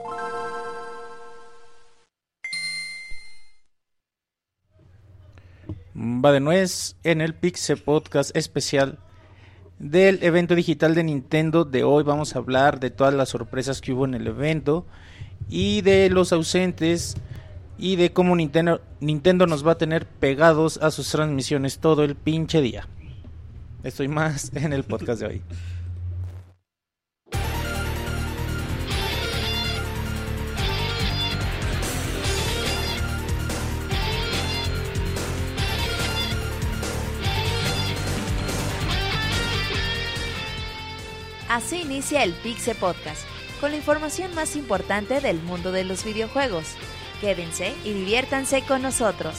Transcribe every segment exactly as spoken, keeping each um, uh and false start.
Va de nuez en el Pixel Podcast especial del evento digital de Nintendo de hoy. Vamos a hablar de todas las sorpresas que hubo en el evento y de los ausentes y de cómo Nintendo, Nintendo nos va a tener pegados a sus transmisiones todo el pinche día. Estoy más en el podcast de hoy. Así inicia el Pixel Podcast, con la información más importante del mundo de los videojuegos. Quédense y diviértanse con nosotros.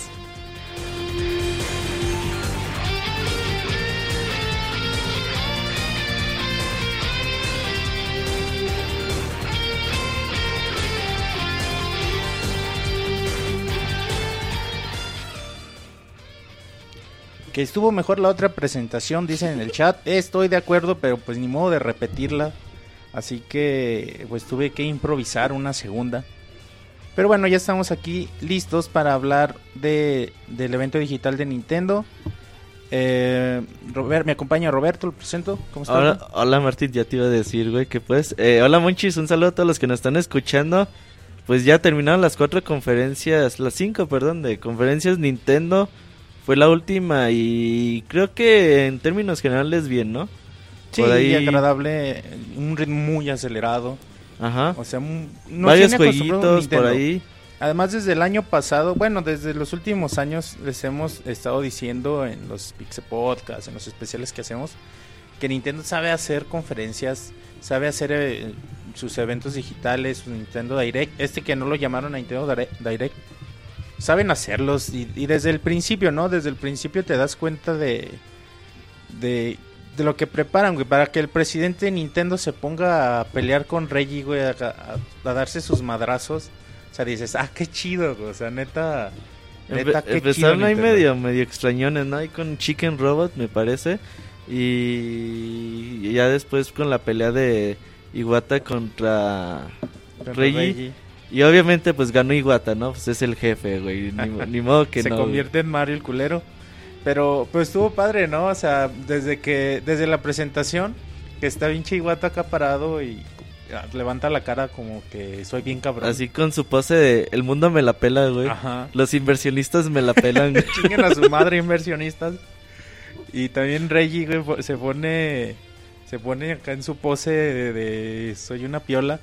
Que estuvo mejor la otra presentación, dicen en el chat. Estoy de acuerdo, pero pues ni modo de repetirla. Así que pues tuve que improvisar una segunda. Pero bueno, ya estamos aquí listos para hablar de del evento digital de Nintendo. Eh, Robert, me acompaña Roberto, lo presento. ¿Cómo estás? Hola, hola Martín, ya te iba a decir, güey, que pues... Eh, hola Monchis, un saludo a todos los que nos están escuchando. Pues ya terminaron las cuatro conferencias, las cinco, perdón, de conferencias Nintendo. Fue la última y creo que en términos generales bien, ¿no? Sí, por ahí... agradable, un ritmo muy acelerado. Ajá. O sea, no varios jueguitos por ahí. Además, desde el año pasado, bueno, desde los últimos años les hemos estado diciendo en los Pixel Podcasts, en los especiales que hacemos, que Nintendo sabe hacer conferencias, sabe hacer eh, sus eventos digitales, su Nintendo Direct, este que no lo llamaron a Nintendo Direct. Saben hacerlos y, y desde el principio, ¿no? Desde el principio te das cuenta de, de de lo que preparan, güey, para que el presidente de Nintendo se ponga a pelear con Reggie, güey, a, a, a darse sus madrazos. O sea, dices, ah, qué chido, güey, o sea, neta, neta, Empe- qué empezaron chido ahí Nintendo. medio, medio extrañones, ¿no? Ahí con Chicken Robot, me parece. Y, y ya después con la pelea de Iwata contra, Contra Reggie. Reggie. Y obviamente pues ganó Iwata, ¿no? Pues es el jefe, güey. Ni, ni modo que se no. convierte en Mario el culero. Pero pues estuvo padre, ¿no? O sea, desde que desde la presentación que está pinche Iwata acá parado y levanta la cara como que soy bien cabrón. Así con su pose de el mundo me la pela, güey. Ajá. Los inversionistas me la pelan. Chinguen a su madre, inversionistas. Y también Reggie, güey, se pone se pone acá en su pose de, de soy una piola.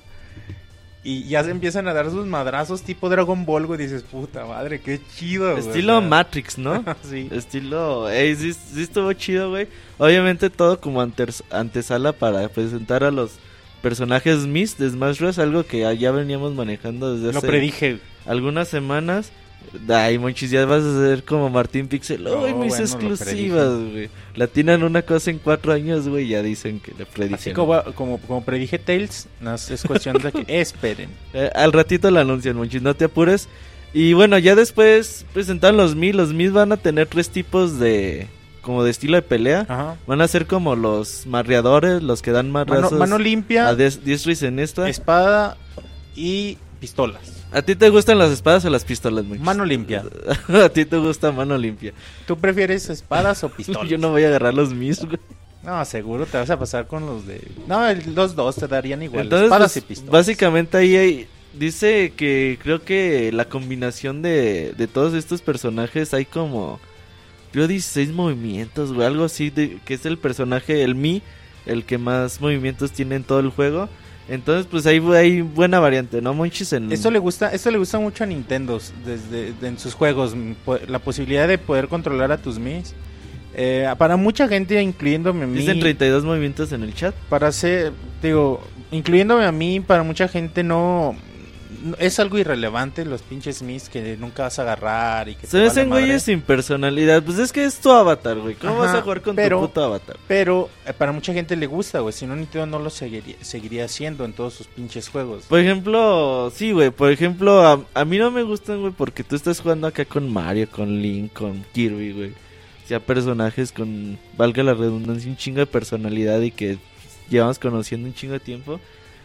Y ya se empiezan a dar sus madrazos tipo Dragon Ball, güey. Dices, puta madre, qué chido, güey. Estilo o sea, Matrix, ¿no? sí. Estilo... Ey, sí, sí estuvo chido, güey. Obviamente todo como antes, antesala para presentar a los personajes Miss de Smash Bros. Algo que ya veníamos manejando desde Lo hace predije. algunas semanas. Ay, Monchis, ya vas a ser como Martín Pixel. No, Uy, mis bueno, lo exclusivas, güey. La tienen una cosa en cuatro años, güey. Ya dicen que le predijeron. Así como, como, como predije Tails, no, es cuestión de que esperen. Eh, al ratito la anuncian, Monchis, no te apures. Y bueno, ya después presentaron los Mi. Los Mi van a tener tres tipos de... como de estilo de pelea. Ajá. Van a ser como los marreadores, los que dan marrazos. Mano, mano limpia, A des- diestro y siniestra. espada y pistolas. ¿A ti te gustan las espadas o las pistolas, Monchis? Mano limpia. A ti te gusta mano limpia. ¿Tú prefieres espadas o pistolas? Yo no voy a agarrar los mis, güey. No, seguro te vas a pasar con los de... No, el- los dos te darían igual, Entonces, espadas pues, y pistolas. básicamente ahí hay... Dice que creo que la combinación de, de todos estos personajes hay como... Creo dieciséis movimientos, güey, algo así, de, que es el personaje, el Mi, el que más movimientos tiene en todo el juego. Entonces, pues ahí hay buena variante, ¿no, Monchis? En... Esto le gusta, esto le gusta mucho a Nintendo desde de- en sus juegos, m- po- la posibilidad de poder controlar a tus Mis. Eh, para mucha gente, incluyéndome a mí, Dicen treinta y dos movimientos en el chat. para ser, digo, incluyéndome a mí, para mucha gente no, no- es algo irrelevante los pinches Mis que nunca vas a agarrar y que Se te me vale hacen madre. güeyes sin personalidad. Pues es que es tu avatar, güey. ¿Cómo Ajá, vas a jugar con pero- tu puto avatar? Pero eh, para mucha gente le gusta, güey. Si no, Nintendo no lo seguiría, seguiría haciendo en todos sus pinches juegos. Por ejemplo, sí, güey. Por ejemplo, a, a mí no me gustan, güey, porque tú estás jugando acá con Mario, con Link, con Kirby, güey. O sea, personajes con, valga la redundancia, un chingo de personalidad y que llevamos conociendo un chingo de tiempo.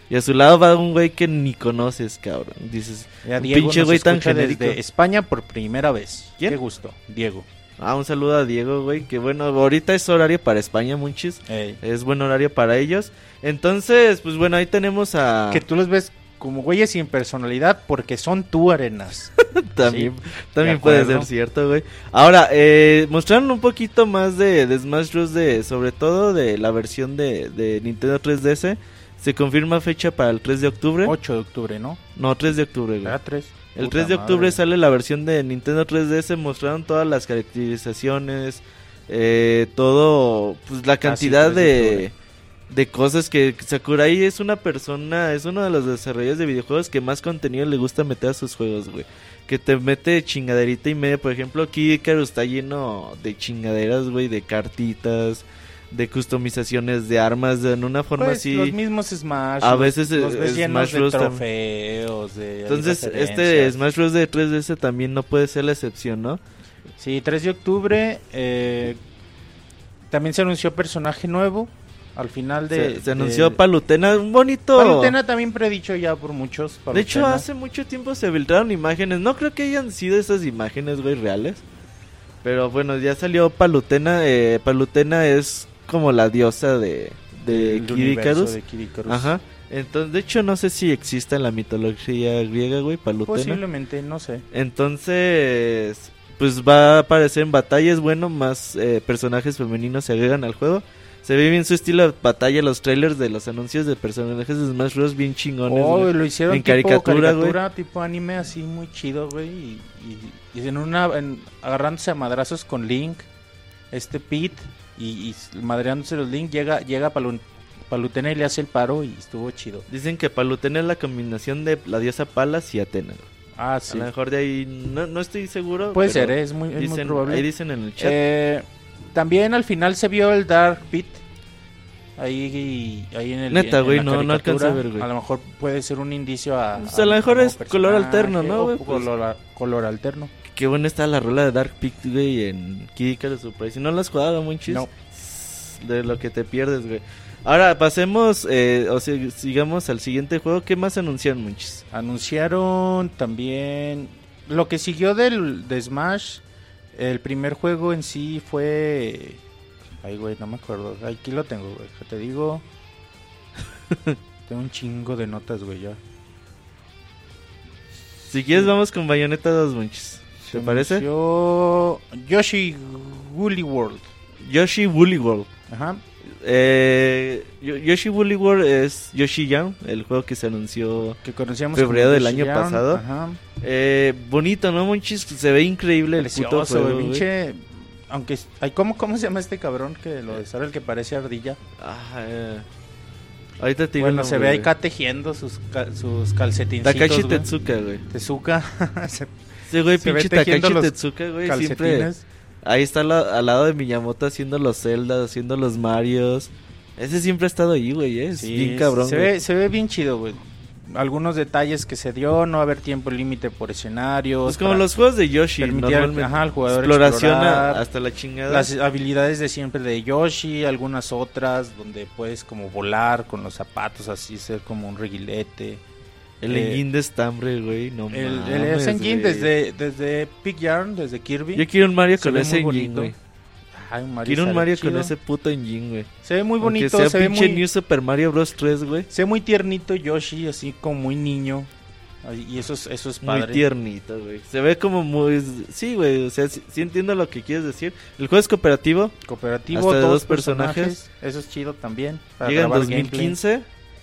Y a su lado va un güey que ni conoces, cabrón. Dices, Ya un Diego pinche nos güey tan escucha genérico. desde España por primera vez. ¿Quién? Qué gusto, Diego. Ah, un saludo a Diego, güey. Que bueno, ahorita es horario para España, munchis. Ey. Es buen horario para ellos. Entonces, pues bueno, ahí tenemos a... Que tú los ves como güeyes sin personalidad porque son tú, Arenas. También, Sí, también de puede acuerdo. ser cierto, güey. Ahora, eh, mostraron un poquito más de, de Smash Bros. De, sobre todo de la versión de, de Nintendo tres D S. Se confirma fecha para el tres de octubre. ocho de octubre, ¿no? No, tres de octubre, güey. ¿Era tres? El Puta tres de octubre madre. sale la versión de Nintendo tres D S. Mostraron todas las caracterizaciones. Eh, todo, pues la cantidad Ah, sí, tres de de... octubre. de cosas que Sakurai es una persona, es uno de los desarrolladores de videojuegos que más contenido le gusta meter a sus juegos, güey. Que te mete chingaderita y media. Por ejemplo, aquí Icarus está lleno de chingaderas, güey, de cartitas, de customizaciones de armas, de, en una forma Pues, así. los mismos Smash. A los- veces, los eh, ves llenos Smash de Bros. tam- trofeos, de Entonces, este referencias. Smash Bros. De tres D S también no puede ser la excepción, ¿no? Sí, tres de octubre. Eh, también se anunció personaje nuevo. Al final de... se, se anunció de- Palutena, un bonito... Palutena también predicho ya por muchos. De hecho, Palutena. hace mucho tiempo se filtraron imágenes. No creo que hayan sido esas imágenes, güey, reales. Pero bueno, ya salió Palutena. Eh, Palutena es como la diosa de, de El Kid universo Icarus. de Kid Icarus. Ajá. Entonces, de hecho, no sé si existe en la mitología griega, güey, Palutena. Posiblemente, no sé. Entonces, pues va a aparecer en batallas. Bueno, más eh, personajes femeninos se agregan al juego. Se ve bien su estilo de batalla, los trailers de los anuncios de personajes de Smash Bros. Bien chingones, Oh, güey. lo hicieron En tipo caricatura, caricatura, tipo anime, así muy chido, güey. Y, y- y en una, en- agarrándose a madrazos con Link, este Pete, y, y madreándose los Link, llega, llega Palu- Palutena y le hace el paro y estuvo chido. Dicen que Palutena es la combinación de la diosa Palas y Atena. Ah, A sí. lo mejor de ahí no, no estoy seguro. Puede pero ser, ¿eh? es muy, es muy dicen, probable. ahí dicen en el chat. Eh, también al final se vio el Dark Pit. Ahí, ahí en el Neta, en güey, la no- no alcancé a caricatura. ver, güey. A lo mejor puede ser un indicio a. Pues a lo mejor nuevo es color personaje, alterno, ¿no, o güey? Pues- Color, color alterno. Qué buena está la rola de Dark Pit, güey, en Kid Icarus Surprise. Si no la has jugado, Monchis, No. de lo que te pierdes, güey. Ahora pasemos, eh, o sea, sigamos al siguiente juego. ¿Qué más anunciaron, Monchis? Anunciaron también lo que siguió del de Smash. El primer juego en sí fue. Ay, güey, no me acuerdo. Aquí lo tengo, güey. que Te digo. Tengo un chingo de notas, güey, ya. Si quieres, vamos con Bayonetta dos, Monchis. ¿Te Se parece? anunció Yoshi Woolly World. Yoshi Woolly World. Ajá. Eh, Yo- Yoshi Woolly World es Yoshi Young, el juego que se anunció Que conocíamos febrero como del Yoshi año Young. pasado. Ajá. Eh, bonito, ¿no, Monchis? Se ve increíble el puto Precioso, juego, güey, güey. pinche. Aunque. es- Ay, ¿cómo, ¿Cómo se llama este cabrón que lo desarrolla, el que parece ardilla? Ah, eh. Ahorita te digo Bueno, el se nombre, ve ahí güey. acá tejiendo sus, ca- sus calcetincitos. Takashi güey. Tetsuka, güey. Tezuka. Se- Sí, güey, Se ve pinche tejiendo Takashi los Tetsuka, güey. Siempre calcetines. ahí está la- al lado de Miyamoto haciendo los Zelda, haciendo los Marios. Ese siempre ha estado ahí, güey, eh. es Sí, bien cabrón, Se güey. ve, se ve bien chido, güey. Algunos detalles que se dio, no haber tiempo límite por escenarios. Pues como para los juegos de Yoshi, permitir al- normalmente. ajá, al jugador exploración a- explorar. hasta la chingada. Las habilidades de siempre de Yoshi, algunas otras donde puedes como volar con los zapatos, así ser como un reguilete. El eh, engine de estambre, güey, no El, el mames, ese engine güey. desde, desde Big Yarn, desde Kirby. Yo quiero un Mario se con ve ese muy engine, bonito. güey. Ay, un Mario Quiero un sale Mario con chido. ese puto engine, güey. Se ve muy bonito, Aunque sea se ve pinche muy, New Super Mario Bros. tres, güey. se ve muy tiernito Yoshi, así como muy niño. Ay, y eso es, eso es Muy padre. tiernito, güey. Se ve como muy... Sí, güey, o sea, sí, sí entiendo lo que quieres decir. El juego es cooperativo. Cooperativo, Hasta de todos dos personajes. Eso es chido también. para Llega en grabar dos mil gameplay. quince.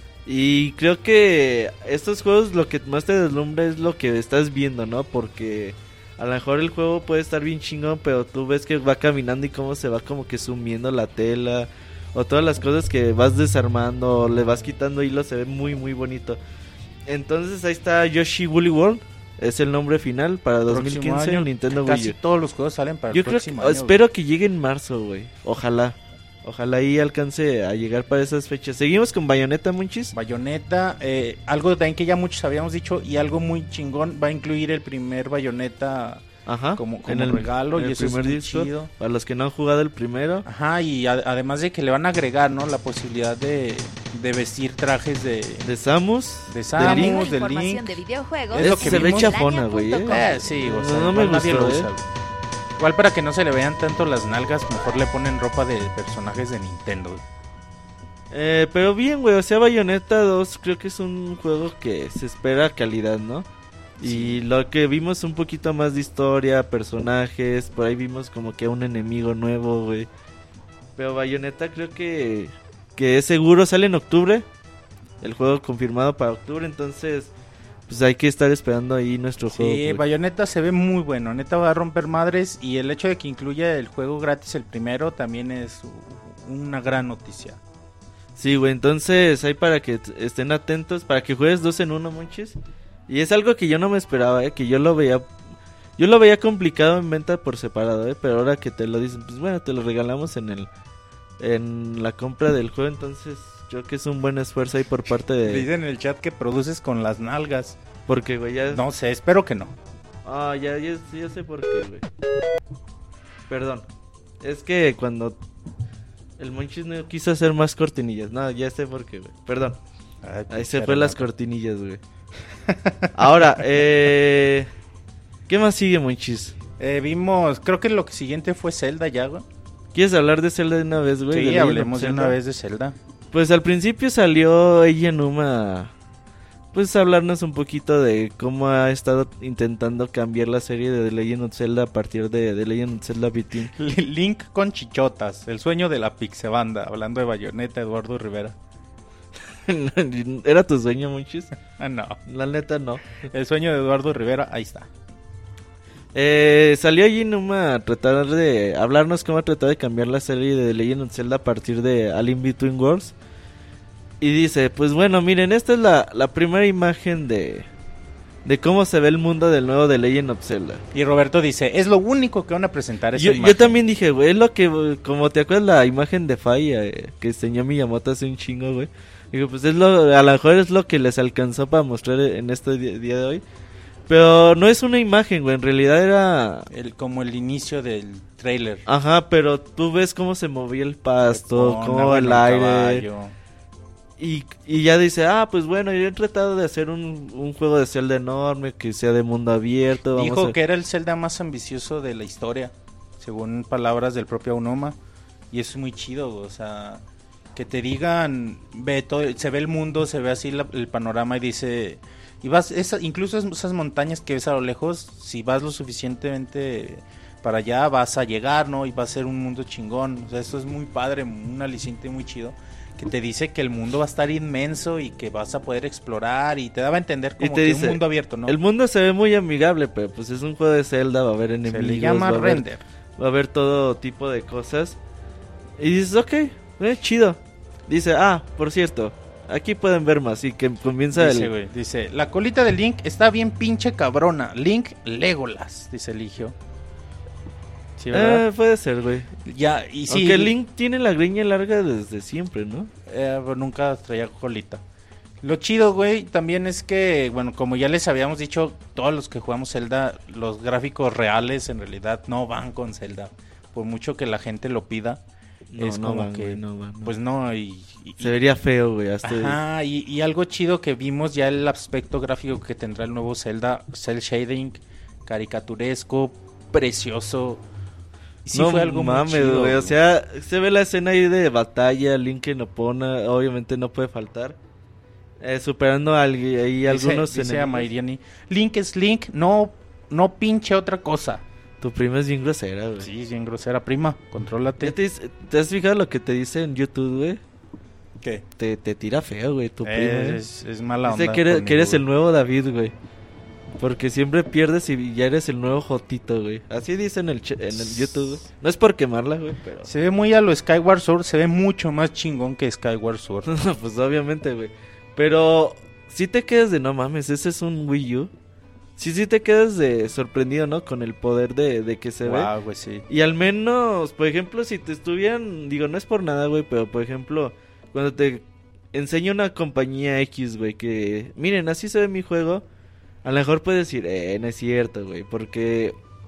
Y creo que estos juegos lo que más te deslumbra es lo que estás viendo, ¿no? Porque a lo mejor el juego puede estar bien chingón, pero tú ves que va caminando y cómo se va como que sumiendo la tela. O todas las cosas que vas desarmando, o le vas quitando hilos, se ve muy, muy bonito. Entonces ahí está Yoshi Woolly World. Es el nombre final para dos mil Próximo quince año, en Nintendo Wii Casi U. todos los juegos salen para Yo el creo que, próximo año. espero que llegue en marzo, güey. Ojalá. Ojalá ahí alcance a llegar para esas fechas. Seguimos con Bayonetta, Monchis. Bayonetta, eh, algo también que ya muchos habíamos dicho y algo muy chingón, va a incluir el primer Bayonetta Ajá, como, como en el regalo, en el y eso es primer muy disco, chido. para los que no han jugado el primero. Ajá, y a- además de que le van a agregar, ¿no? La posibilidad de, de vestir trajes de... De Samus, De de Samus, Link. Mayor de información Link. de videojuegos. Es lo que se ve vimos. chafona, güey, ¿eh? Eh, sí, o sea, No me igual nadie gustó, lo ¿eh? usa, güey. Igual para que no se le vean tanto las nalgas, mejor le ponen ropa de personajes de Nintendo, güey. Eh, pero bien, güey, o sea, Bayonetta dos creo que es un juego que se espera calidad, ¿no? Y lo que vimos un poquito más de historia, personajes, por ahí vimos como que un enemigo nuevo, güey. Pero Bayonetta creo que que es seguro, sale en octubre. El juego confirmado para octubre, entonces pues hay que estar esperando ahí nuestro Sí, juego. güey. Bayonetta se ve muy bueno, neta va a romper madres, y el hecho de que incluya el juego gratis el primero también es u- una gran noticia. Sí, güey, entonces hay para que t- estén atentos, para que juegues dos en uno, monchis. Y es algo que yo no me esperaba, eh, que yo lo veía yo lo veía complicado en venta por separado, eh, pero ahora que te lo dicen, pues bueno, te lo regalamos en el en la compra del juego, entonces creo que es un buen esfuerzo ahí por parte Le de dicen en el chat que produces con las nalgas. porque güey ya No sé, espero que no. Ah, ya, ya ya sé por qué, güey. Perdón. Es que cuando el Monchis no quiso hacer más cortinillas. No, ya sé por qué, güey. Perdón. Ay, Ahí se pinche fue las Renato. cortinillas, güey. Ahora, eh... ¿qué más sigue, Monchis? Eh, vimos, creo que lo que siguiente fue Zelda ya, güey. ¿Quieres hablar de Zelda de una vez, güey? Sí, ¿De Legend of hablemos de Zelda? una vez de Zelda. Pues al principio salió Eiji Numa, pues a hablarnos un poquito de cómo ha estado intentando cambiar la serie de The Legend of Zelda a partir de The Legend of Zelda Between. Link con chichotas, el sueño de la pixebanda, hablando de Bayonetta, Eduardo Rivera. ¿Era tu sueño, Monchis? Ah, no, La neta no. el sueño de Eduardo Rivera, ahí está. Eh, salió Eiji Numa a tratar de hablarnos cómo ha tratado de cambiar la serie de The Legend of Zelda a partir de A Link Between Worlds. Y dice, pues bueno, miren, esta es la, la primera imagen de, de cómo se ve el mundo del nuevo The Legend of Zelda. Y Roberto dice, es lo único que van a presentar esa Yo, imagen. yo también dije, güey, es lo que, como te acuerdas la imagen de Falla eh, que enseñó Miyamoto hace un chingo, güey. Digo, pues es lo, a lo mejor es lo que les alcanzó para mostrar en este día, día de hoy. Pero no es una imagen, güey, en realidad era... El, como el inicio del trailer. Ajá, pero tú ves cómo se movía el pasto, Con cómo agua el en aire. caballo. Y, y ya dice, ah, pues bueno, yo he tratado de hacer un, un juego de Zelda enorme, que sea de mundo abierto. Vamos Dijo a... que era el Zelda más ambicioso de la historia, según palabras del propio Aonuma. Y eso es muy chido, güey, o sea, que te digan, ve todo, se ve el mundo, se ve así la- el panorama y dice... Y vas, esa, incluso esas montañas que ves a lo lejos, si vas lo suficientemente para allá, vas a llegar, ¿no? Y va a ser un mundo chingón. O sea, eso es muy padre, un aliciente muy chido. Que te dice que el mundo va a estar inmenso y que vas a poder explorar. Y te daba a entender Y como te que dice, un mundo abierto, ¿no? El mundo se ve muy amigable, pero pues es un juego de Zelda, va a haber enemigos. Se le llama va a haber- render. Va a haber todo tipo de cosas. Y dices, ok, eh, chido. Dice, ah, por cierto, aquí pueden ver más. Y que comienza Dice, el... güey, dice, la colita de Link está bien pinche cabrona. Link Legolas, dice Eligio. Sí, ¿verdad? Eh, puede ser, güey. Ya, y sí. Aunque Link tiene la greña larga desde siempre, ¿no? Eh, pero nunca traía colita. Lo chido, güey, también es que, bueno, como ya les habíamos dicho, todos los que jugamos Zelda, los gráficos reales en realidad no van con Zelda. Por mucho que la gente lo pida, No, es no como van, que, güey, no van, no. pues no, y... y- Se vería feo, güey. Hasta... Ajá, y, y algo chido que vimos ya el aspecto gráfico que tendrá el nuevo Zelda, cel shading, caricaturesco, precioso. Y sí no fue algo muy mames, chido, güey. O sea, se ve la escena ahí de batalla, Link en Epona, obviamente no puede faltar. Eh, superando a alguien- ahí dice, algunos dice a enemigos. Mairiani, Link es Link, no, no pinche otra cosa. Tu prima es bien grosera, güey. Sí, bien grosera, prima, contrólate. ¿Ya te, dice- ¿Te has fijado lo que te dice en YouTube, güey? ¿Qué? Te, te tira feo, güey, tu prima. ¿eh? Es, es mala Dice onda que eres, conmigo, que eres el güey. nuevo David, güey. Porque siempre pierdes y ya eres el nuevo Jotito, güey. Así dice en el, ch- en el YouTube, güey. No es por quemarla, güey, pero... Se ve muy a lo Skyward Sword, se ve mucho más chingón que Skyward Sword. Pues obviamente, güey. Pero si te quedas de no mames, ese es un Wii U. Sí, sí te quedas de sorprendido, ¿no? Con el poder de, de que se ve. Wow, güey, sí. Y al menos, por ejemplo, si te estuvieran, digo, no es por nada, güey, pero por ejemplo, cuando te enseña una compañía X, güey, que miren, así se ve mi juego, a lo mejor puedes decir, eh, no es cierto, güey, porque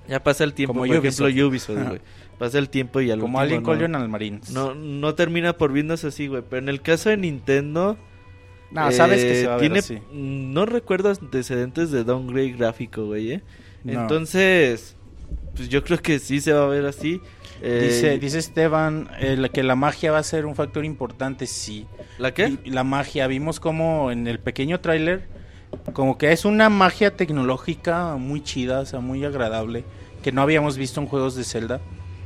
Ya pasa el tiempo, Como por Ubisoft. ejemplo Ubisoft, güey. Pasa el tiempo y al Como último Alien no, Collision al Marines. no, no termina por viéndose así, güey. Pero en el caso de Nintendo... No, sabes que eh, se va a ver tiene, así. No recuerdo antecedentes de downgrade gráfico, güey, ¿eh? No. Entonces, pues yo creo que sí se va a ver así. Eh, Dice, dice Esteban eh, que la magia va a ser un factor importante, sí. ¿La qué? Y la magia, vimos como en el pequeño tráiler, como que es una magia tecnológica muy chida, o sea, muy agradable, que no habíamos visto en juegos de Zelda.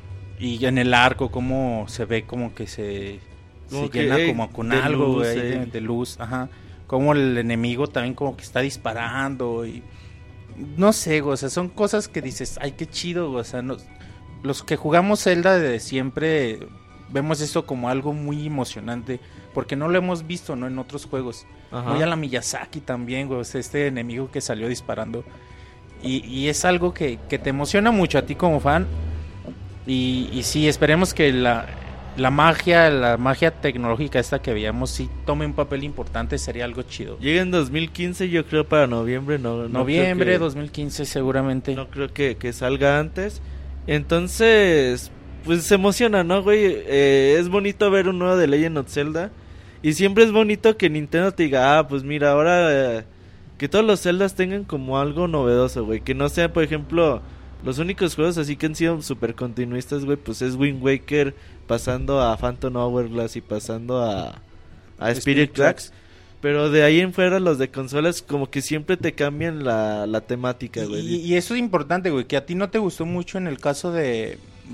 Y en el arco, como se ve como que se, Como se que, llena ey, como con de algo, luz, güey, eh. de, de luz, ajá. Como el enemigo también como que está disparando y... No sé, güey, o sea, son cosas que dices, ay, qué chido, güey, o sea, nos, los que jugamos Zelda desde siempre vemos esto como algo muy emocionante, porque no lo hemos visto, ¿no? En otros juegos. Ajá. Muy a la Miyazaki también, güey, o sea, este enemigo que salió disparando. Y, y es algo que, que te emociona mucho a ti como fan. Y, y sí, esperemos que la, la magia, la magia tecnológica esta que veíamos, sí tome un papel importante, sería algo chido. Llega en dos mil quince, yo creo para noviembre, no, no Noviembre creo que, dos mil quince seguramente. no creo que, que salga antes. Entonces, pues se emociona, ¿no, güey? Eh, es bonito ver un nuevo de Legend of Zelda. Y siempre es bonito que Nintendo te diga, ah, pues mira, ahora eh, que todos los Zeldas tengan como algo novedoso, güey. Que no sea, por ejemplo, los únicos juegos así que han sido super continuistas, güey, pues es Wind Waker pasando a Phantom Hourglass y pasando a, a Spirit, Spirit Tracks. Tracks. Pero de ahí en fuera los de consolas como que siempre te cambian la, la temática, güey. Y, y eso es importante, güey, que a ti no te gustó mucho en el caso de,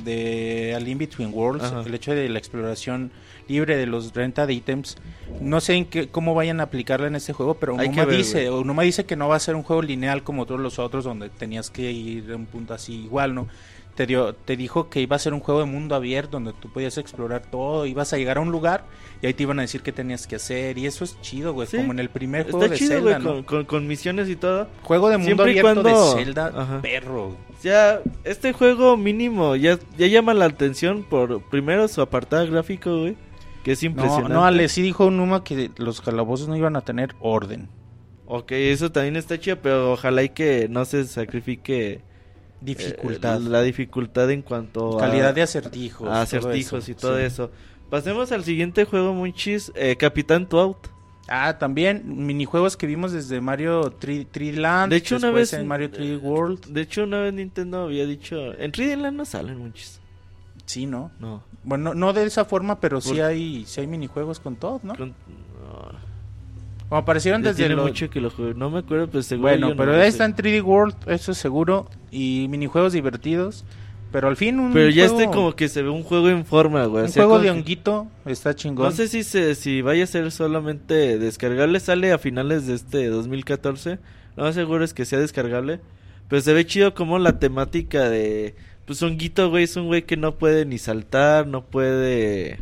de A Link Between Worlds, Ajá. el hecho de la exploración libre de los renta de ítems. No sé en qué, cómo vayan a aplicarla en este juego, pero Hay Onuma que ver, dice, güey. Onuma dice que no va a ser un juego lineal como todos los otros, donde tenías que ir a un punto así igual, ¿no? Te, dio, te dijo que iba a ser un juego de mundo abierto, donde tú podías explorar todo, ibas a llegar a un lugar y ahí te iban a decir qué tenías que hacer, y eso es chido, güey, Sí, como en el primer juego Está de chido, Zelda, güey, ¿no? con, con, con misiones y todo. Juego de mundo Siempre y abierto cuando- de Zelda, Ajá. perro. O sea, este juego mínimo ya, ya llama la atención por primero su apartado gráfico, güey, que es No, impresionante. no, Ale, sí dijo Numa que los calabozos no iban a tener orden. Ok, eso también está chido, pero ojalá y que no se sacrifique Dificultad. eh, la dificultad en cuanto calidad a, de acertijos. a todo acertijos eso, y todo sí. eso. Pasemos al siguiente juego muy chis, eh, Capitán Toad. Ah, también minijuegos que vimos desde Mario tres D Land. De hecho, una después vez en Mario tres D World. De hecho, una vez Nintendo había dicho, en tres D Land no salen muchos. Sí, ¿no? No. Bueno, no de esa forma, pero sí Por- hay, sí hay minijuegos con todo, ¿no? Con- no. Como aparecieron Ya desde tiene lo... mucho que lo jugué. No me acuerdo, pero seguro Bueno, yo no pero lo ya sé. está en tres D World, eso es seguro. Y minijuegos divertidos. Pero al fin un Pero ya juego, este como que se ve un juego en forma, güey. un o sea, juego como de que- honguito está chingón. No sé si se, si vaya a ser solamente descargable, sale a finales de este dos mil catorce. No más seguro es que sea descargable. Pero se ve chido como la temática de... Pues honguito, güey, es un güey que no puede ni saltar, no puede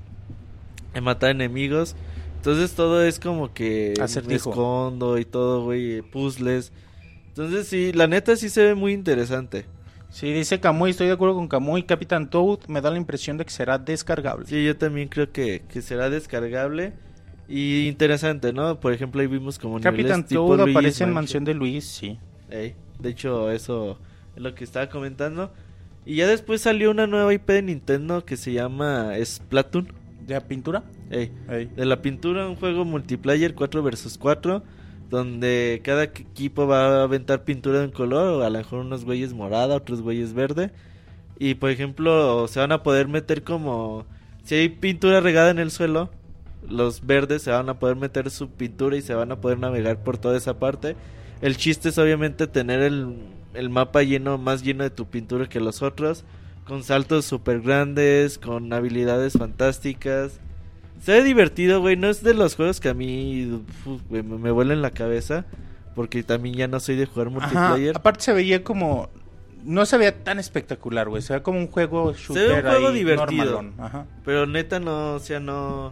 eh, matar enemigos. Entonces todo es como que me Acertijo. escondo y todo, güey, puzzles. Entonces sí, la neta sí se ve muy interesante. Sí, dice Kamui, estoy de acuerdo con Kamui. Capitán Toad me da la impresión de que será descargable. Sí, yo también creo que, que será descargable y interesante, ¿no? Por ejemplo, ahí vimos como Capitán niveles tipo Toad Luigi's aparece en Mansion. Mansión de Luis, sí. Ey, de hecho, eso es lo que estaba comentando. Y ya después salió una nueva I P de Nintendo que se llama Splatoon. ¿De pintura? Ey, Ey. de la pintura, un juego multiplayer cuatro versus cuatro, donde cada equipo va a aventar pintura de un color, o a lo mejor unos güeyes morada, otros güeyes verde. Y por ejemplo, se van a poder meter como... Si hay pintura regada en el suelo, los verdes se van a poder meter su pintura y se van a poder navegar por toda esa parte. El chiste es obviamente tener el, el mapa lleno, más lleno de tu pintura que los otros, con saltos super grandes, con habilidades fantásticas. Se ve divertido, güey. No es de los juegos que a mí uf, güey, me, me vuelan la cabeza, porque también ya no soy de jugar Ajá, multiplayer. aparte se veía como... No se veía tan espectacular, güey. Se veía como un juego shooter Se ve un juego ahí, divertido. normalón. Ajá. Pero neta no, o sea, no...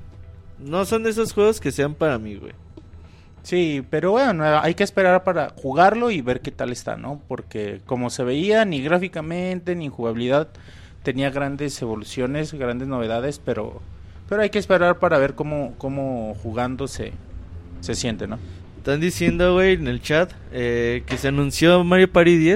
No son de esos juegos que sean para mí, güey. Sí, pero bueno, hay que esperar para jugarlo y ver qué tal está, ¿no? Porque como se veía, ni gráficamente, ni en jugabilidad, tenía grandes evoluciones, grandes novedades, pero pero hay que esperar para ver cómo, cómo jugando se, se siente, ¿no? Están diciendo, güey, en el chat eh, que se anunció Mario Party diez.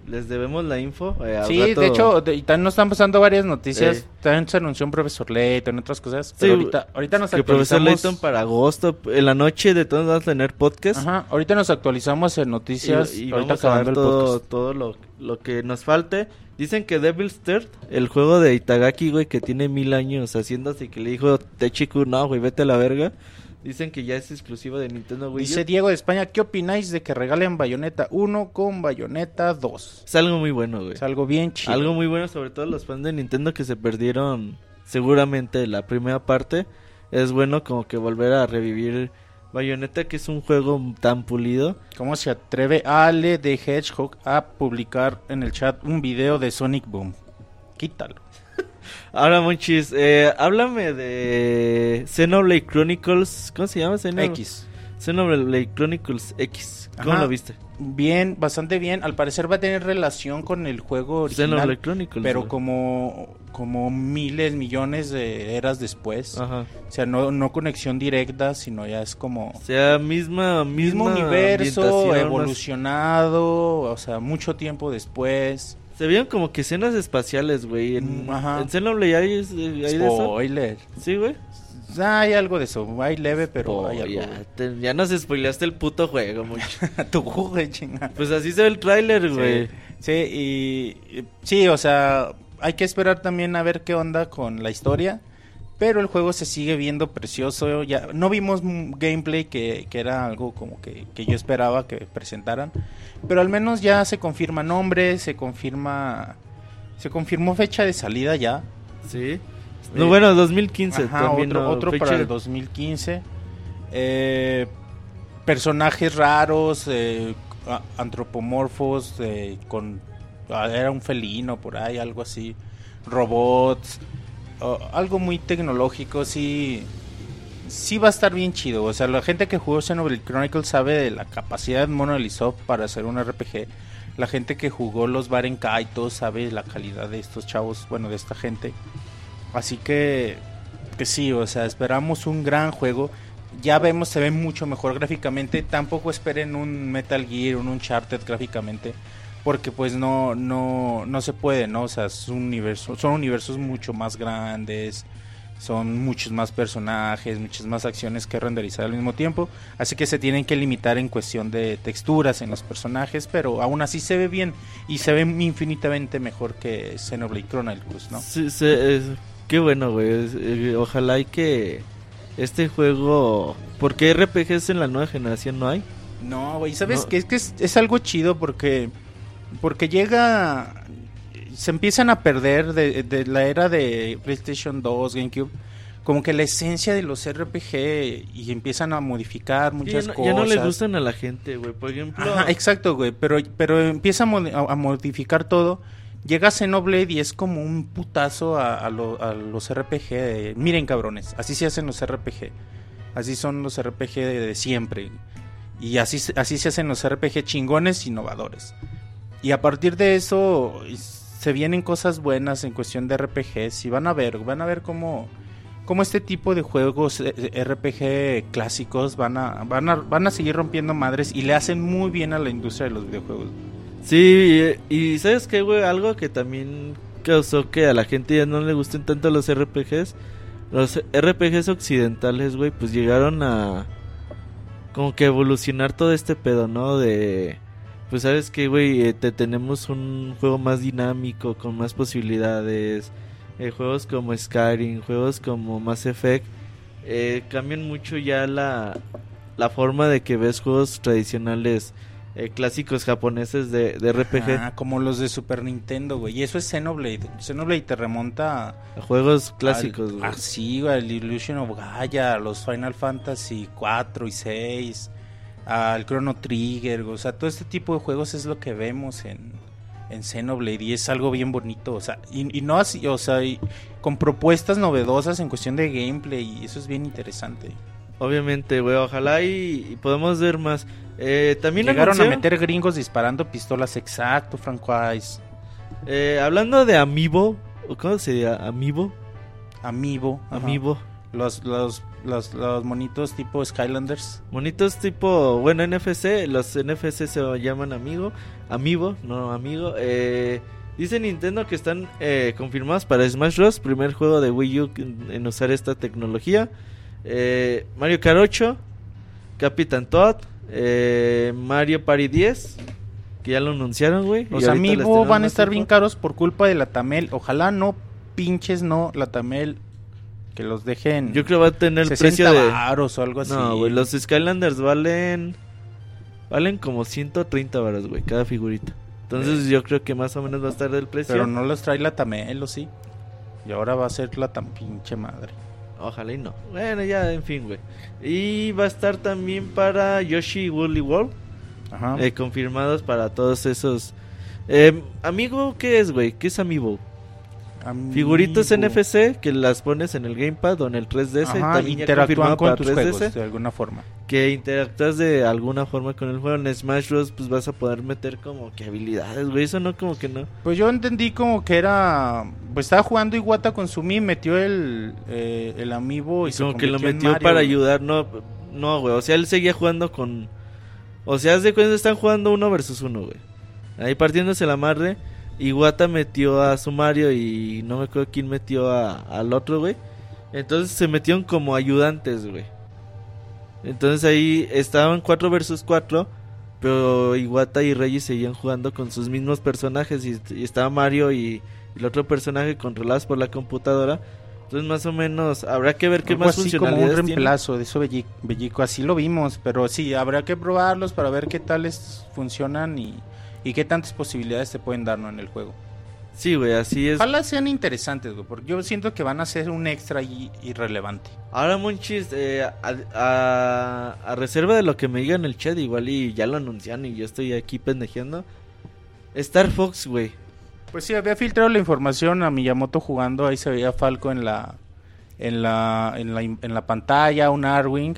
les debemos la info. Eh, al Sí, rato... de hecho, de, y también nos están pasando varias noticias. Eh. También se anunció un profesor Layton, otras cosas. Pero Sí, ahorita, ahorita nos que profesor actualizamos. Layton para agosto, en la noche de todos vamos a tener podcast. Ajá, ahorita nos actualizamos en noticias. Y, y ahorita vamos a ver acabando el todo, podcast. todo lo, lo que nos falte. Dicen que Devil's Third, el juego de Itagaki, güey, que tiene mil años haciéndose, que le dijo Techiku, no, güey, vete a la verga. Dicen que ya es exclusivo de Nintendo Wii U. Dice Diego de España, ¿qué opináis de que regalen Bayonetta uno con Bayonetta dos? Es algo muy bueno, güey. Es algo bien chido. Algo muy bueno, sobre todo los fans de Nintendo que se perdieron seguramente la primera parte. Es bueno como que volver a revivir Bayonetta, que es un juego tan pulido. ¿Cómo se atreve Ale de Hedgehog a publicar en el chat un video de Sonic Boom? Quítalo. Ahora, Monchis, eh, háblame de Xenoblade Chronicles. ¿Cómo se llama? Xenoblade X. Xenoblade Chronicles X. ¿Cómo Ajá. lo viste? Bien, bastante bien. Al parecer va a tener relación con el juego original. Xenoblade Chronicles. Pero güey. como, como miles, millones de eras después. Ajá. O sea, no, no conexión directa, sino ya es como... O sea, misma, Mismo misma universo, ambientación, evolucionado, o sea, mucho tiempo después. más- Se vieron como que escenas espaciales, güey. En, Mm, ajá. en Xenoblade hay, hay de eso. Spoiler. Sí, güey. Hay algo de eso, hay leve, pero Oh, hay algo. ya, te- ya nos spoileaste el puto juego, mucho. Tu juego, chinga. Pues así se ve el tráiler, güey. Sí, sí, y, y- sí, o sea, hay que esperar también a ver qué onda con la historia, pero el juego se sigue viendo precioso. Ya no vimos un gameplay que, que era algo como que, que yo esperaba que presentaran, pero al menos ya se confirma nombre, se confirma, se confirmó fecha de salida ya. Sí. No, bueno, dos mil quince Ajá, también. otro, ¿no? otro Fecha- para el dos mil quince. Eh, personajes raros, eh, a- antropomorfos, eh, con ah, era un felino por ahí, algo así, robots, oh, algo muy tecnológico, sí, sí va a estar bien chido. O sea, la gente que jugó Xenoblade Chronicles sabe de la capacidad de Monolith Soft para hacer un R P G. La gente que jugó los Baren Kaito sabe la calidad de estos chavos, bueno, de esta gente. Así que, que sí, o sea, esperamos un gran juego. Ya vemos, se ve mucho mejor gráficamente. Tampoco esperen un Metal Gear, un Uncharted gráficamente, porque pues no, no, no se puede, ¿no? O sea, es un universo, son universos mucho más grandes, son muchos más personajes, muchas más acciones que renderizar al mismo tiempo. Así que se tienen que limitar en cuestión de texturas en los personajes, pero aún así se ve bien y se ve infinitamente mejor que Xenoblade Chronicles, ¿no? Sí, sí, es- qué bueno, güey. Es- eh, Ojalá y que este juego... Porque R P Gs en la nueva generación no hay. No, güey, ¿sabes No. qué? Es que es, es algo chido porque porque llega se empiezan a perder de, de la era de PlayStation dos, GameCube, como que la esencia de los R P G y empiezan a modificar Ya muchas no, cosas. ya no le gustan a la gente, güey. Por ejemplo... Ajá, exacto, güey, pero pero empieza a, mod- a- a modificar todo. Llega Xenoblade y es como un putazo a, a, lo- a los R P G. de, miren, cabrones, así se hacen los R P G. Así son los R P G de, de siempre. Y así, se- así se hacen los R P G chingones, innovadores. Y a partir de eso se vienen cosas buenas en cuestión de R P Gs. Y van a ver, van a ver cómo, cómo este tipo de juegos eh, R P G clásicos van a, van a, van a seguir rompiendo madres y le hacen muy bien a la industria de los videojuegos. Sí, y, y ¿sabes qué, güey? Algo que también causó que a la gente ya no le gusten tanto los R P Gs. Los R P Gs occidentales, güey, pues llegaron a... Como que evolucionar todo este pedo, ¿no? De... Pues sabes qué, güey, eh, te tenemos un juego más dinámico, con más posibilidades. Eh, juegos como Skyrim, juegos como Mass Effect. Eh, cambian mucho ya la, la forma de que ves juegos tradicionales. Eh, clásicos japoneses de, de R P G. Ah, como los de Super Nintendo, güey. Y eso es Xenoblade. Xenoblade te remonta a... A juegos clásicos, al, güey. ah, sí, güey, al Illusion of Gaia, a los Final Fantasy cuatro y seis, al Chrono Trigger, o sea, todo este tipo de juegos es lo que vemos en, en Xenoblade y es algo bien bonito, o sea, y, y no así, o sea, y con propuestas novedosas en cuestión de gameplay y eso es bien interesante. Obviamente, güey, ojalá y, y podamos ver más. Eh, también Llegaron anunció- a meter gringos disparando pistolas, exacto, Franchise, eh, hablando de Amiibo, ¿o ¿cómo se diría? Amiibo, Amiibo, ajá. Amiibo. Los, los, los, los monitos tipo Skylanders. Monitos tipo, bueno, N F C. Los N F C se llaman amigo. Amiibo, no amigo. Eh, dice Nintendo que están eh, confirmados para Smash Bros. Primer juego de Wii U en usar esta tecnología. Eh, Mario Kart ocho. Capitán Toad. Eh, Mario Party diez. Que ya lo anunciaron, güey. Los Amiibo van a estar bien caros por culpa de la Tamel. Ojalá no pinches, no, la Tamel. Que los dejen. Yo creo que va a tener el precio de varos o algo así. No, güey, los Skylanders valen valen como ciento treinta varos, güey, cada figurita. Entonces, eh. yo creo que más o menos va a estar del precio. Pero no los trae la Tamel, ¿o sí? Y ahora va a ser la tan pinche madre. Ojalá y no. Bueno, ya, en fin, güey. Y va a estar también para Yoshi Woolly World. Ajá. Eh, confirmados para todos esos. Eh, amigo, ¿qué es, güey? ¿Qué es Amiibo? Amiibo. Figuritas N F C que las pones en el Gamepad o en el tres D S. Ajá, también interactúan con tus juegos de alguna forma. Que interactúas de alguna forma con el juego. En Smash Bros. Pues vas a poder meter como que habilidades, güey. Eso no, como que no. Pues yo entendí como que era. Pues estaba jugando Iwata con Sumi, metió el, eh, el Amiibo y, y como que lo metió Mario, para güey. ayudar. No, no, güey. O sea, él seguía jugando con. O sea, haz de cuenta, están jugando uno versus uno, güey. Ahí partiéndose la madre. Iwata metió a su Mario y no me acuerdo quién metió a, al otro, güey. Entonces se metieron como ayudantes, güey. Entonces ahí estaban cuatro versus cuatro, pero Iwata y Reggie seguían jugando con sus mismos personajes. Y, y estaba Mario y, y el otro personaje controlados por la computadora. Entonces más o menos habrá que ver qué Algo más así funcionalidades como un reemplazo tiene. De eso bellico, bellico, así lo vimos. Pero sí, habrá que probarlos para ver qué tales funcionan y... ¿Y qué tantas posibilidades te pueden dar, ¿no? En el juego? Sí, güey, así es. Ojalá sean interesantes, güey, porque yo siento que van a ser un extra y irrelevante. Ahora, Monchis, eh, a, a, a reserva de lo que me diga en el chat, igual y ya lo anuncian y yo estoy aquí pendejeando. Star Fox, güey. Pues sí, había filtrado la información a Miyamoto jugando, ahí se veía Falco en la en la en la, en la pantalla, un Arwing.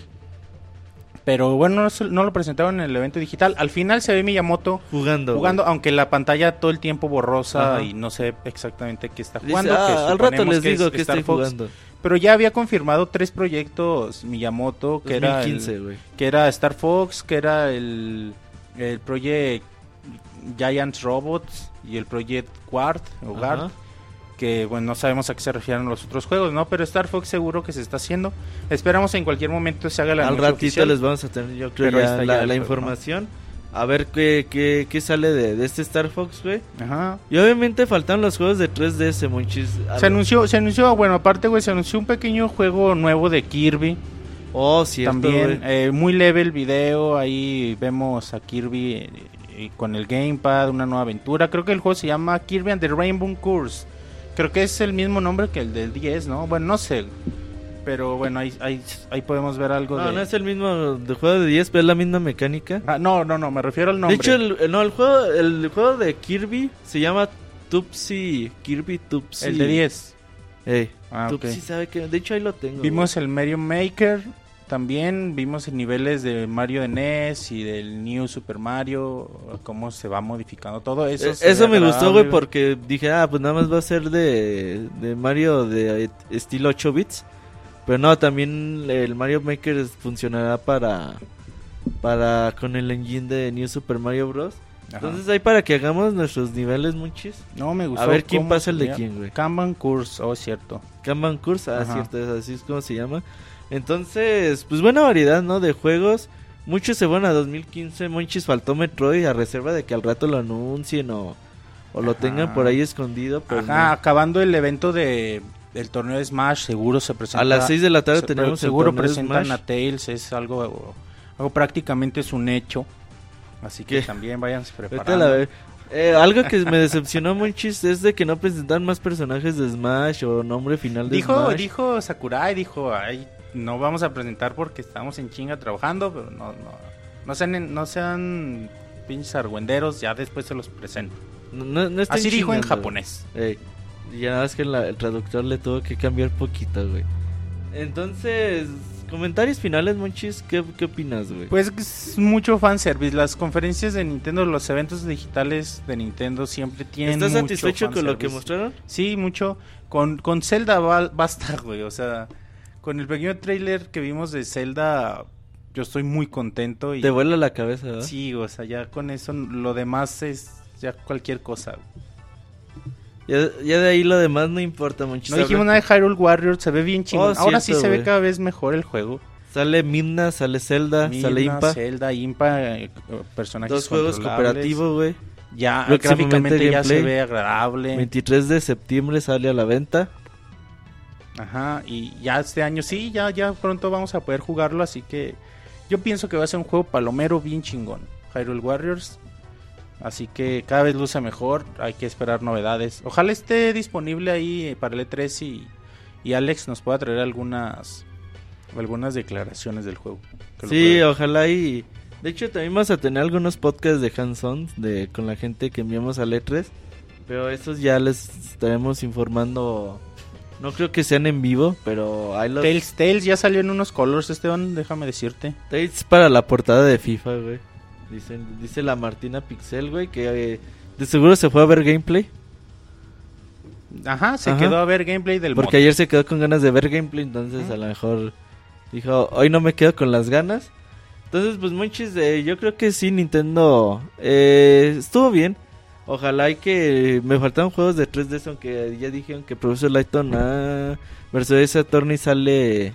Pero bueno, no, no lo presentaron en el evento digital. Al final se ve Miyamoto jugando, jugando aunque la pantalla todo el tiempo borrosa. Ajá. Y no sé exactamente qué está jugando. Dice, ah, que al rato les digo que Star estoy Fox. jugando. Pero ya había confirmado tres proyectos Miyamoto, que dos mil quince, era el, que era Star Fox, que era el el proyecto Giant Robots y el proyecto Guard o Guard. Que bueno, no sabemos a qué se refieren los otros juegos, ¿no? Pero Star Fox seguro que se está haciendo. Esperamos en cualquier momento se haga la Al ratito oficial. Les vamos a tener, yo creo, ya la, ya la información. ¿No? A ver qué, qué, qué sale de, de este Star Fox, güey. Ajá. Y obviamente faltan los juegos de tres D S, Monchis. Se ver. anunció, se anunció, bueno, aparte, güey, se anunció un pequeño juego nuevo de Kirby. Oh, cierto, También, eh, muy leve el video. Ahí vemos a Kirby eh, eh, con el Gamepad, una nueva aventura. Creo que el juego se llama Kirby and the Rainbow Curse. Creo que es el mismo nombre que el del diez, ¿no? Bueno, no sé. Pero bueno, ahí, ahí, ahí podemos ver algo no, de... No, no es el mismo de juego de diez, pero es la misma mecánica. Ah, no, no, no, me refiero al nombre. De hecho, el, no, el juego el juego de Kirby se llama Tupsi. Kirby Tupsi. El de diez. Hey, ah, Tupsi okay. sabe que... De hecho, ahí lo tengo. Vimos güey. el Mario Maker también. Vimos niveles de Mario de N E S y del New Super Mario. Cómo se va modificando todo eso. Eh, eso me gustó, güey, porque dije, ah, pues nada más va a ser de, de Mario de estilo ocho bits. Pero no, también el Mario Maker funcionará para para con el engine de New Super Mario Bros. Ajá. Entonces ahí para que hagamos nuestros niveles, Monchis. No, me gustó. A ver quién pasa el de quién, güey. Kanban Curse, oh, cierto. Kanban Curse, ah, Ajá. cierto, es así es como se llama. Entonces, pues buena variedad, ¿no? De juegos. Muchos se van a dos mil quince, Monchis, faltó Metroid a reserva de que al rato lo anuncien o, o lo tengan por ahí escondido. Pero Ajá, no. Acabando el evento de el torneo de Smash, seguro se presenta. A las seis de la tarde se, tenemos seguro el torneo presentan Smash. a Tails, es algo, algo prácticamente es un hecho. Así que ¿Qué? También váyanse preparando. Eh, algo que me decepcionó Monchis es de que no presentan más personajes de Smash o nombre final de dijo, Smash. Dijo Sakurai, dijo, ay, no vamos a presentar porque estamos en chinga trabajando, pero no, no, no sean, no sean pinches argüenderos, ya después se los presento. No, no, no Así dijo en japonés. Ey, ya nada más que la, el traductor le tuvo que cambiar poquito, güey. Entonces, comentarios finales, Monchis, ¿qué, qué opinas, güey? Pues es mucho fanservice. Las conferencias de Nintendo, los eventos digitales de Nintendo siempre tienen ¿Estás mucho satisfecho con lo que fanservice. mostraron? Sí, mucho. Con, con Zelda va, basta, güey, o sea... con el pequeño trailer que vimos de Zelda, yo estoy muy contento. Y te vuela la cabeza, ¿verdad? Sí, o sea, ya con eso, lo demás es ya cualquier cosa. Ya, ya de ahí lo demás no importa mucho. No dijimos nada de Hyrule Warriors, se ve bien chingón. Oh, Ahora cierto, sí se güey. ve cada vez mejor el juego. Sale Midna, sale Zelda, Midna, sale Impa. Zelda, Impa, eh, personajes Dos juegos controlables. cooperativos, güey. Ya Próximamente gráficamente ya gameplay. se ve agradable. veintitrés de septiembre sale a la venta. Ajá, y ya este año sí, ya, ya pronto vamos a poder jugarlo, así que yo pienso que va a ser un juego palomero bien chingón, Hyrule Warriors. Así que cada vez luce mejor, hay que esperar novedades. Ojalá esté disponible ahí para el E tres y, y Alex nos pueda traer algunas algunas declaraciones del juego. Que lo Sí, pueda- ojalá y... De hecho, también vamos a tener algunos podcasts de hands-on de, con la gente que enviamos al E tres. Pero esos ya les estaremos informando. No creo que sean en vivo, pero hay los... Tails, Tails ya salió en unos colors, Esteban, déjame decirte. Tails para la portada de FIFA, güey. Dicen, dice la Martina Pixel, güey, que eh, de seguro se fue a ver gameplay. Ajá, se Ajá. quedó a ver gameplay del Porque mod. ayer se quedó con ganas de ver gameplay, entonces Ujú. a lo mejor dijo, hoy no me quedo con las ganas. Entonces, pues Monchis, eh, yo creo que sí, Nintendo eh, estuvo bien. Ojalá y que me faltaron juegos de tres D, aunque ya dijeron que Professor Layton ah, versus Saturn sale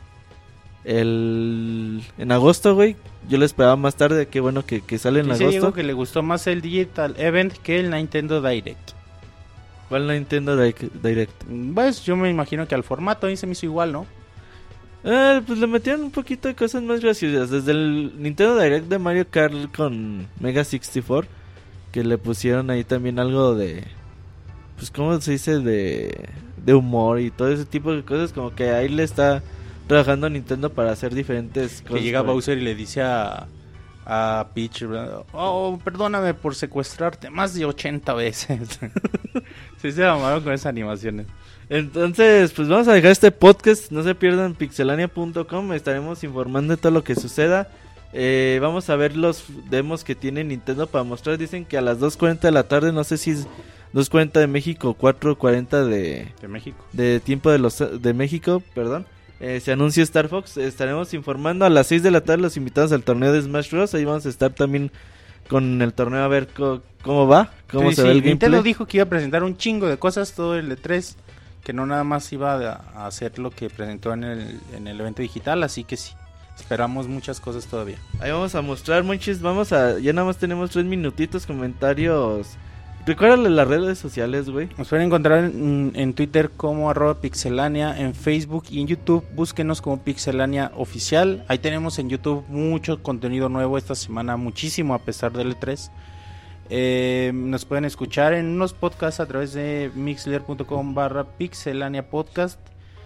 el en agosto, güey. Yo lo esperaba más tarde, qué bueno que, que sale en Dice agosto. Diego que le gustó más el Digital Event que el Nintendo Direct. ¿Cuál Nintendo Direct? Direct? Pues yo me imagino que al formato a mí se me hizo igual, ¿no? Ah, pues le metieron un poquito de cosas más graciosas. Desde el Nintendo Direct de Mario Kart con Mega sesenta y cuatro, que le pusieron ahí también algo de, pues cómo se dice, de, de humor y todo ese tipo de cosas. Como que ahí le está trabajando Nintendo para hacer diferentes cosas. Que llega por ahí. Bowser y le dice a, a Peach, ¿verdad? Oh, perdóname por secuestrarte más de ochenta veces. Sí se mamaron con esas animaciones. Entonces, pues vamos a dejar este podcast. No se pierdan pixelania punto com. Estaremos informando de todo lo que suceda. Eh, vamos a ver los demos que tiene Nintendo para mostrar. Dicen que a las dos cuarenta de la tarde, no sé si es dos cuarenta de México o cuatro cuarenta de, De México. de tiempo de los de México, perdón. Eh, se anuncia Star Fox. Estaremos informando a las seis de la tarde los invitados al torneo de Smash Bros. Ahí vamos a estar también con el torneo a ver co- cómo va, cómo Sí, se sí, ve el Nintendo gameplay. dijo que iba a presentar un chingo de cosas todo el E tres, que no nada más iba a, a hacer lo que presentó en el, en el evento digital, así que sí, esperamos muchas cosas todavía. Ahí vamos a mostrar, Monchis. Vamos a. Ya nada más tenemos tres minutitos, comentarios. Recuérdale las redes sociales, güey. Nos pueden encontrar en, en Twitter como arroba pixelania, en Facebook y en YouTube búsquenos como Pixelania Oficial. Ahí tenemos en YouTube mucho contenido nuevo esta semana, muchísimo a pesar del E tres. Eh, nos pueden escuchar en unos podcasts a través de mixler.com barra pixelania podcast.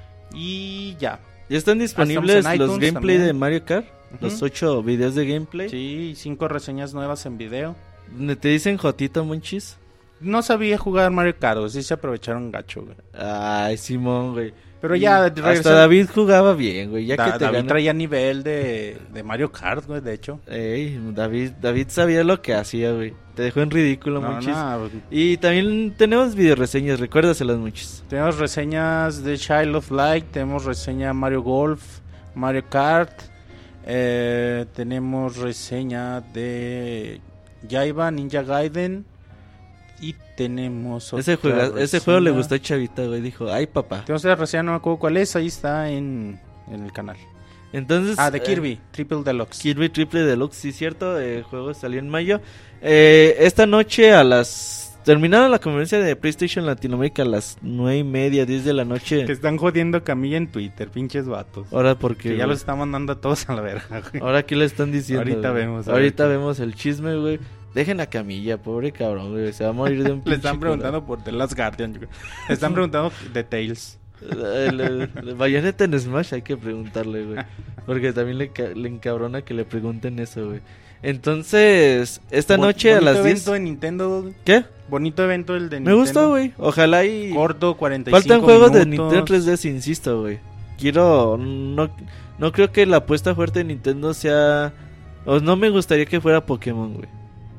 Y ya. Ya están disponibles Estamos en los iTunes gameplay también. de Mario Kart. Ujú. Los ocho videos de gameplay. Sí, cinco reseñas nuevas en video. Donde te dicen Jotito, Monchis. No sabía jugar Mario Kart, sí se aprovecharon gacho, güey. Ay, Simón, güey. Pero Y ya hasta regresando- David jugaba bien, güey. Ya Da- que te David gana- traía nivel de, de Mario Kart, güey, de hecho. Ey, David, David sabía lo que hacía, güey. Te dejó en ridículo, No, Monchis. no, Y también tenemos video reseñas, recuérdaselas, Monchis. tenemos reseñas de Child of Light, tenemos reseña Mario Golf, Mario Kart, eh, tenemos reseña de Jaiba, Ninja Gaiden y tenemos otra Ese, juega, ese reseña. juego le gustó a Chavita, güey. Dijo, ay, papá. Tenemos otra reseña, no me acuerdo cuál es, ahí está en, en el canal. Entonces, Ah, de eh, Kirby, Triple Deluxe. Kirby Triple Deluxe, sí, cierto. El juego salió en mayo. Eh, esta noche a las. Terminaron la conferencia de PlayStation Latinoamérica a las nueve y media, diez de la noche. Que están jodiendo a Camilla en Twitter, pinches vatos. Ahora, porque. Que ya los está mandando a todos a la verga, güey. Ahora, ¿qué le están diciendo? Ahorita güey? vemos, Ahorita ahorita. vemos el chisme, güey. Dejen a Camilla, pobre cabrón, güey. Se va a morir de un Le están pinche preguntando por The Last Guardian. yo creo. Le están preguntando de Tails. El, el- el Bayonetta en Smash hay que preguntarle, güey. Porque también le, ca- le encabrona que le pregunten eso, güey. Entonces, esta Bon- noche a bonito las diez. evento de Nintendo. ¿Qué? Bonito evento el de Me Nintendo. gustó, güey. Ojalá y. Corto, cuarenta y cinco Faltan juegos de minutos. Nintendo tres D, insisto, güey. Quiero. No, no creo que la apuesta fuerte de Nintendo sea. O no me gustaría que fuera Pokémon, güey.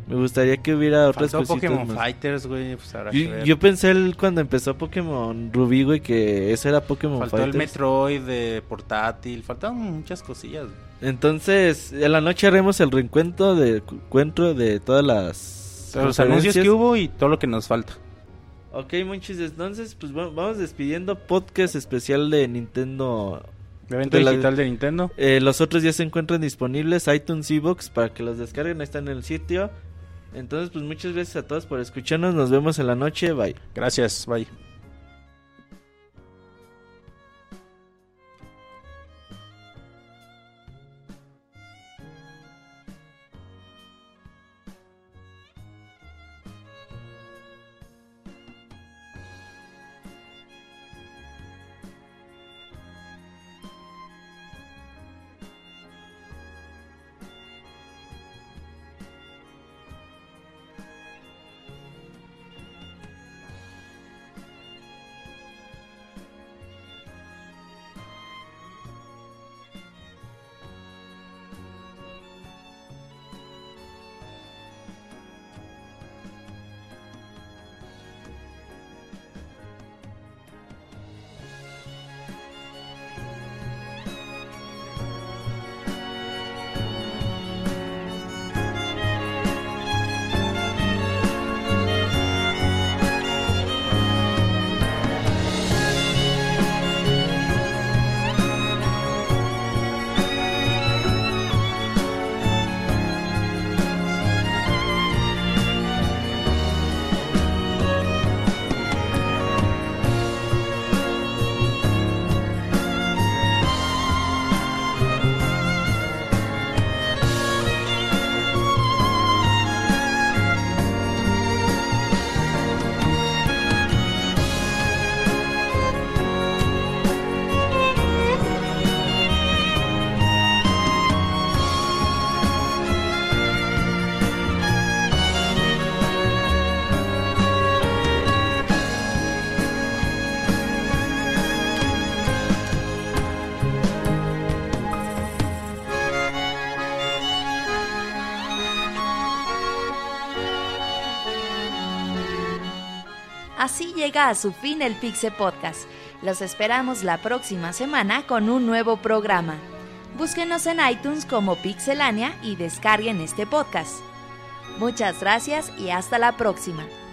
Me gustaría que hubiera otras Faltó cositas Pokémon más. Fighters, güey, pues habrá que Yo, ver. yo pensé el, cuando empezó Pokémon Rubí, güey, que ese era Pokémon Faltó Fighters. el Metroid de portátil, faltaron muchas cosillas. güey. Entonces, en la noche haremos el reencuentro de, encuentro de todas las Todos los anuncios conferencias. que hubo y todo lo que nos falta. Ok, muchis, entonces, pues va- vamos despidiendo podcast especial de Nintendo. Evento De la- digital de Nintendo. Eh, los otros ya se encuentran disponibles, iTunes y Box, para que los descarguen, ahí están en el sitio. Entonces, pues muchas gracias a todos por escucharnos, nos vemos en la noche, bye. Gracias, bye. Así llega a su fin el Pixel Podcast. Los esperamos la próxima semana con un nuevo programa. Búsquenos en iTunes como Pixelania y descarguen este podcast. Muchas gracias y hasta la próxima.